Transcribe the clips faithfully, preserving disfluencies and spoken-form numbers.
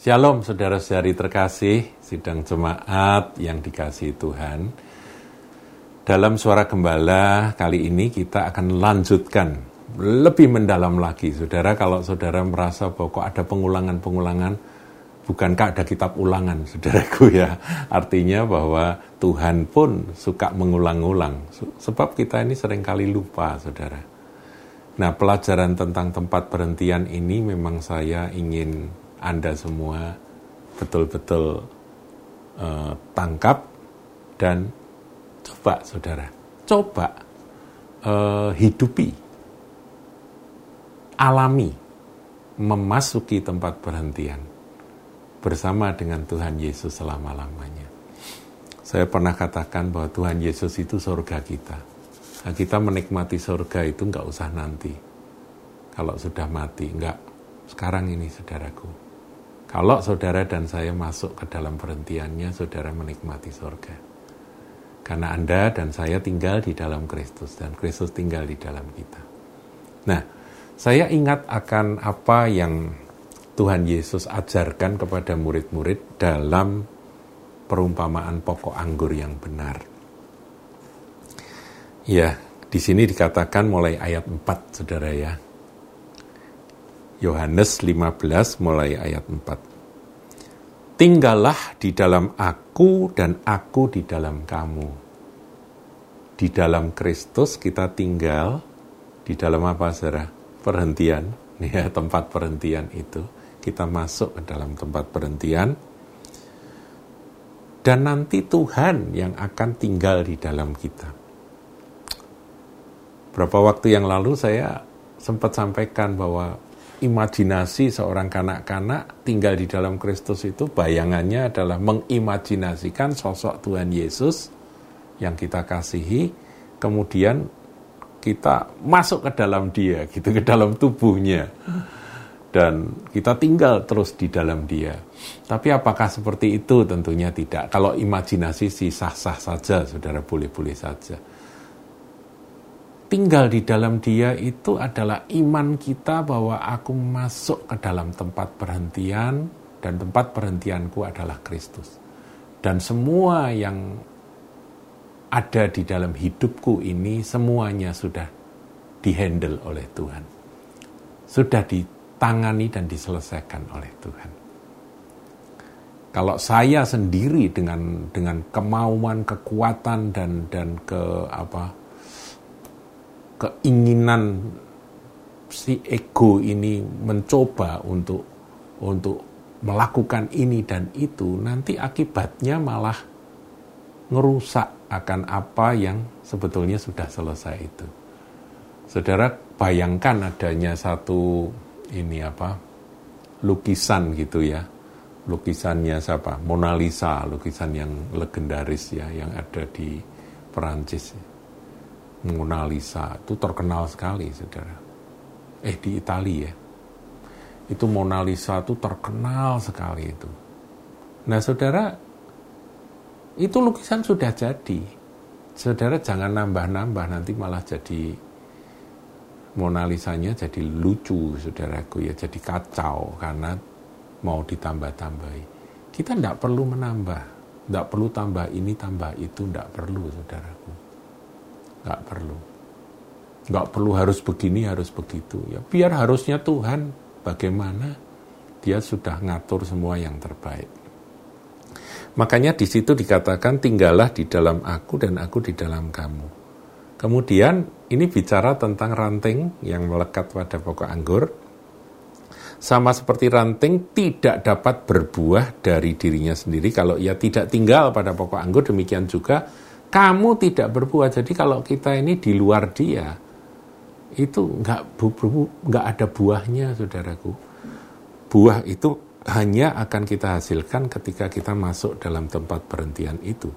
Shalom saudara-saudari terkasih, sidang jemaat yang dikasihi Tuhan. Dalam Suara Gembala kali ini kita akan lanjutkan lebih mendalam lagi. Saudara, kalau saudara merasa bahwa kok ada pengulangan-pengulangan, bukankah ada kitab ulangan, saudaraku ya. Artinya bahwa Tuhan pun suka mengulang-ulang. Sebab kita ini seringkali lupa, saudara. Nah, pelajaran tentang tempat perhentian ini memang saya ingin Anda semua betul-betul uh, tangkap dan coba, saudara, coba uh, hidupi, alami, memasuki tempat perhentian bersama dengan Tuhan Yesus selama-lamanya. Saya pernah katakan bahwa Tuhan Yesus itu surga kita. Nah, kita menikmati surga itu nggak usah nanti. Kalau sudah mati, nggak. Sekarang ini, saudaraku. Kalau saudara dan saya masuk ke dalam perhentiannya, saudara menikmati surga. Karena Anda dan saya tinggal di dalam Kristus, dan Kristus tinggal di dalam kita. Nah, saya ingat akan apa yang Tuhan Yesus ajarkan kepada murid-murid dalam perumpamaan pokok anggur yang benar. Ya, di sini dikatakan mulai ayat empat, saudara ya. Yohanes lima belas mulai ayat empat. Tinggallah di dalam aku dan aku di dalam kamu. Di dalam Kristus kita tinggal, di dalam apa, saudara? Perhentian, ya, tempat perhentian itu. Kita masuk ke dalam tempat perhentian. Dan nanti Tuhan yang akan tinggal di dalam kita. Berapa waktu yang lalu saya sempat sampaikan bahwa imajinasi seorang kanak-kanak tinggal di dalam Kristus itu bayangannya adalah mengimajinasikan sosok Tuhan Yesus yang kita kasihi, kemudian kita masuk ke dalam dia, gitu, ke dalam tubuhnya, dan kita tinggal terus di dalam dia. Tapi apakah seperti itu? Tentunya tidak. Kalau imajinasi sih sah-sah saja, saudara, boleh-boleh saja. Tinggal di dalam dia itu adalah iman kita bahwa aku masuk ke dalam tempat perhentian dan tempat perhentianku adalah Kristus. Dan semua yang ada di dalam hidupku ini semuanya sudah dihandle oleh Tuhan. Sudah ditangani dan diselesaikan oleh Tuhan. Kalau saya sendiri dengan dengan kemauan, kekuatan dan dan ke apa keinginan si ego ini mencoba untuk untuk melakukan ini dan itu, nanti akibatnya malah ngerusak akan apa yang sebetulnya sudah selesai itu. Saudara, bayangkan adanya satu ini apa lukisan gitu ya, lukisannya siapa? Mona Lisa, lukisan yang legendaris ya, yang ada di Perancis. Mona Lisa itu terkenal sekali, saudara. Eh, di Italia ya. Itu Mona Lisa itu terkenal sekali itu. Nah, saudara, itu lukisan sudah jadi. Saudara jangan nambah-nambah, nanti malah jadi Mona Lisanya jadi lucu, saudaraku ya, jadi kacau karena mau ditambah-tambahi. Kita tidak perlu menambah, tidak perlu tambah ini, tambah itu, tidak perlu, saudaraku. Nggak perlu. Nggak perlu harus begini, harus begitu. Ya, biar harusnya Tuhan bagaimana dia sudah ngatur semua yang terbaik. Makanya di situ dikatakan tinggallah di dalam aku dan aku di dalam kamu. Kemudian ini bicara tentang ranting yang melekat pada pokok anggur. Sama seperti ranting tidak dapat berbuah dari dirinya sendiri kalau ia tidak tinggal pada pokok anggur, demikian juga kamu tidak berbuah. Jadi kalau kita ini di luar dia, itu nggak nggak ada buahnya, saudaraku. Buah itu hanya akan kita hasilkan ketika kita masuk dalam tempat perhentian itu.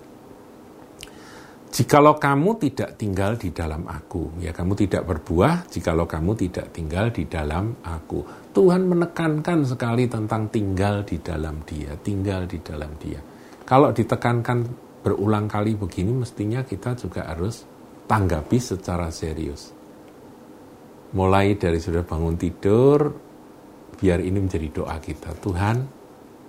Jikalau kamu tidak tinggal di dalam aku, ya kamu tidak berbuah, jikalau kamu tidak tinggal di dalam aku. Tuhan menekankan sekali tentang tinggal di dalam dia, tinggal di dalam dia. Kalau ditekankan berulang kali begini, mestinya kita juga harus tanggapi secara serius. Mulai dari sudah bangun tidur, biar ini menjadi doa kita. Tuhan,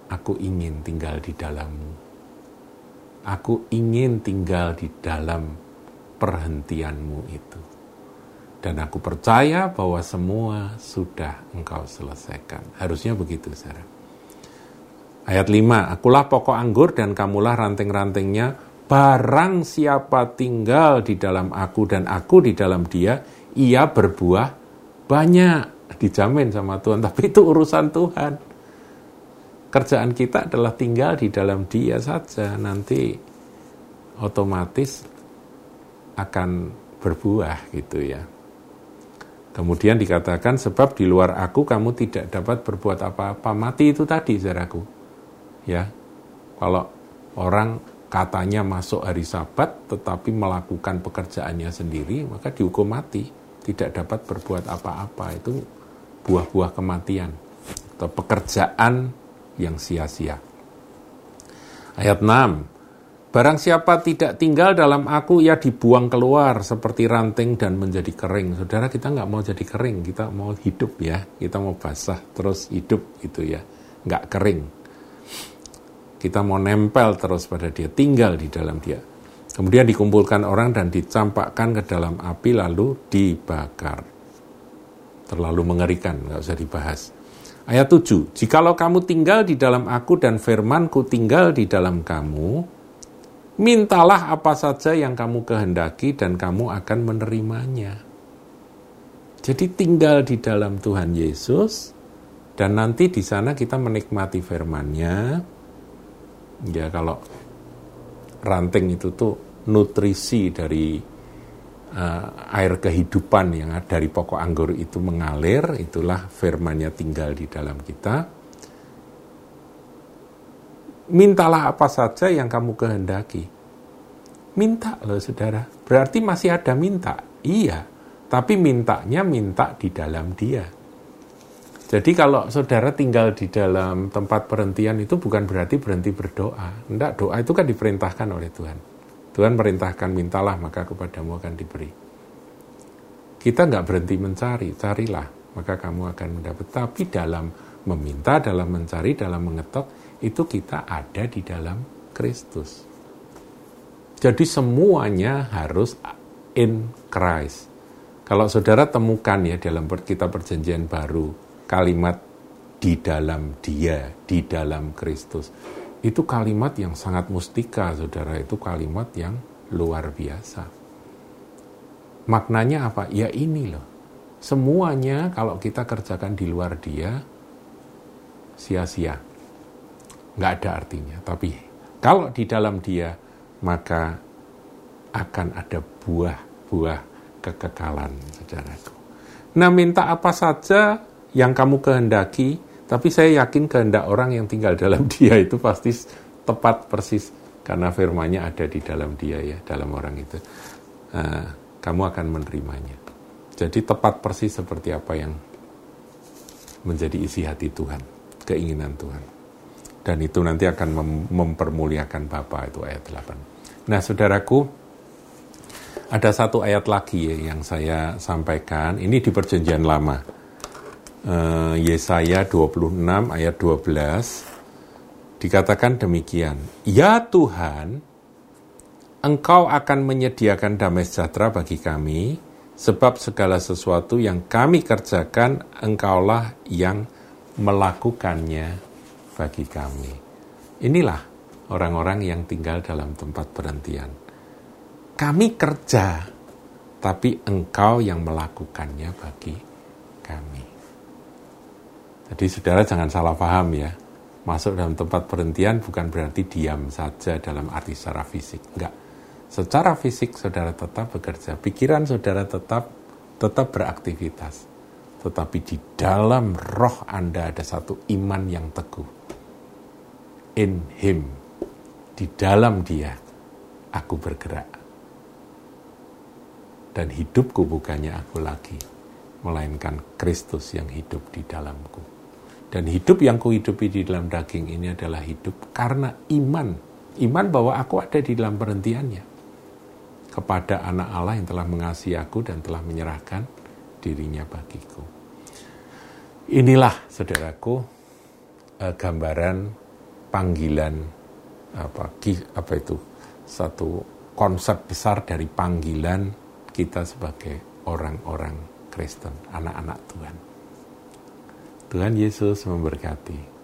aku ingin tinggal di dalam-Mu. Aku ingin tinggal di dalam perhentian-Mu itu. Dan aku percaya bahwa semua sudah Engkau selesaikan. Harusnya begitu, saudara. Ayat lima, akulah pokok anggur dan kamulah ranting-rantingnya. Barang siapa tinggal di dalam aku dan aku di dalam dia, ia berbuah banyak. Dijamin sama Tuhan, tapi itu urusan Tuhan. Kerjaan kita adalah tinggal di dalam dia saja. Nanti otomatis akan berbuah gitu ya. Kemudian dikatakan, sebab di luar aku kamu tidak dapat berbuat apa-apa. Mati itu tadi, saudaraku. Ya, kalau orang katanya masuk hari Sabat, tetapi melakukan pekerjaannya sendiri, maka dihukum mati. Tidak dapat berbuat apa-apa. Itu buah-buah kematian. Atau pekerjaan yang sia-sia. Ayat enam. Barang siapa tidak tinggal dalam aku, ia dibuang keluar seperti ranting dan menjadi kering. Saudara, kita nggak mau jadi kering, kita mau hidup ya. Kita mau basah terus hidup gitu ya. Nggak kering. Kita mau nempel terus pada dia, tinggal di dalam dia. Kemudian dikumpulkan orang dan dicampakkan ke dalam api lalu dibakar. Terlalu mengerikan, nggak usah dibahas. Ayat tujuh. Jikalau kamu tinggal di dalam aku dan firmanku tinggal di dalam kamu, mintalah apa saja yang kamu kehendaki dan kamu akan menerimanya. Jadi tinggal di dalam Tuhan Yesus dan nanti di sana kita menikmati firman-Nya. Ya kalau ranting itu tuh nutrisi dari uh, air kehidupan yang dari pokok anggur itu mengalir, itulah firman-Nya tinggal di dalam kita. Mintalah apa saja yang kamu kehendaki. Minta loh saudara. Berarti masih ada minta. Iya. Tapi mintanya minta di dalam dia. Jadi kalau saudara tinggal di dalam tempat perhentian itu bukan berarti berhenti berdoa. Enggak, doa itu kan diperintahkan oleh Tuhan. Tuhan merintahkan mintalah maka kepadamu akan diberi. Kita enggak berhenti mencari. Carilah maka kamu akan mendapat. Tapi dalam meminta, dalam mencari, dalam mengetok, itu kita ada di dalam Kristus. Jadi semuanya harus in Christ. Kalau saudara temukan ya dalam kitab perjanjian baru, kalimat di dalam dia, di dalam Kristus. Itu kalimat yang sangat mustika, saudara. Itu kalimat yang luar biasa. Maknanya apa? Ya ini loh. Semuanya kalau kita kerjakan di luar dia, sia-sia. Nggak ada artinya. Tapi kalau di dalam dia, maka akan ada buah-buah kekekalan, saudaraku. Nah, minta apa saja yang kamu kehendaki, tapi saya yakin kehendak orang yang tinggal dalam dia itu pasti tepat persis, karena firman-Nya ada di dalam dia ya, dalam orang itu. Uh, kamu akan menerimanya. Jadi tepat persis seperti apa yang menjadi isi hati Tuhan, keinginan Tuhan. Dan itu nanti akan mem- mempermuliakan Bapa, itu ayat delapan. Nah, saudaraku, ada satu ayat lagi ya, yang saya sampaikan. Ini di perjanjian lama. Uh, Yesaya dua puluh enam ayat dua belas. Dikatakan demikian. Ya Tuhan, Engkau akan menyediakan damai sejahtera bagi kami, sebab segala sesuatu yang kami kerjakan, Engkaulah yang melakukannya bagi kami. Inilah orang-orang yang tinggal dalam tempat perhentian. Kami kerja, tapi Engkau yang melakukannya bagi kami. Jadi saudara jangan salah paham ya. Masuk dalam tempat perhentian bukan berarti diam saja dalam arti secara fisik. Enggak. Secara fisik saudara tetap bekerja. Pikiran saudara tetap tetap beraktivitas. Tetapi di dalam roh Anda ada satu iman yang teguh. In Him, di dalam Dia, aku bergerak. Dan hidupku bukannya aku lagi, melainkan Kristus yang hidup di dalamku. Dan hidup yang kuhidupi di dalam daging ini adalah hidup karena iman. Iman bahwa aku ada di dalam perhentiannya. Kepada anak Allah yang telah mengasihi aku dan telah menyerahkan dirinya bagiku. Inilah, saudaraku, eh, gambaran panggilan apa apa itu satu konsep besar dari panggilan kita sebagai orang-orang Kristen, anak-anak Tuhan. Tuhan Yesus memberkati.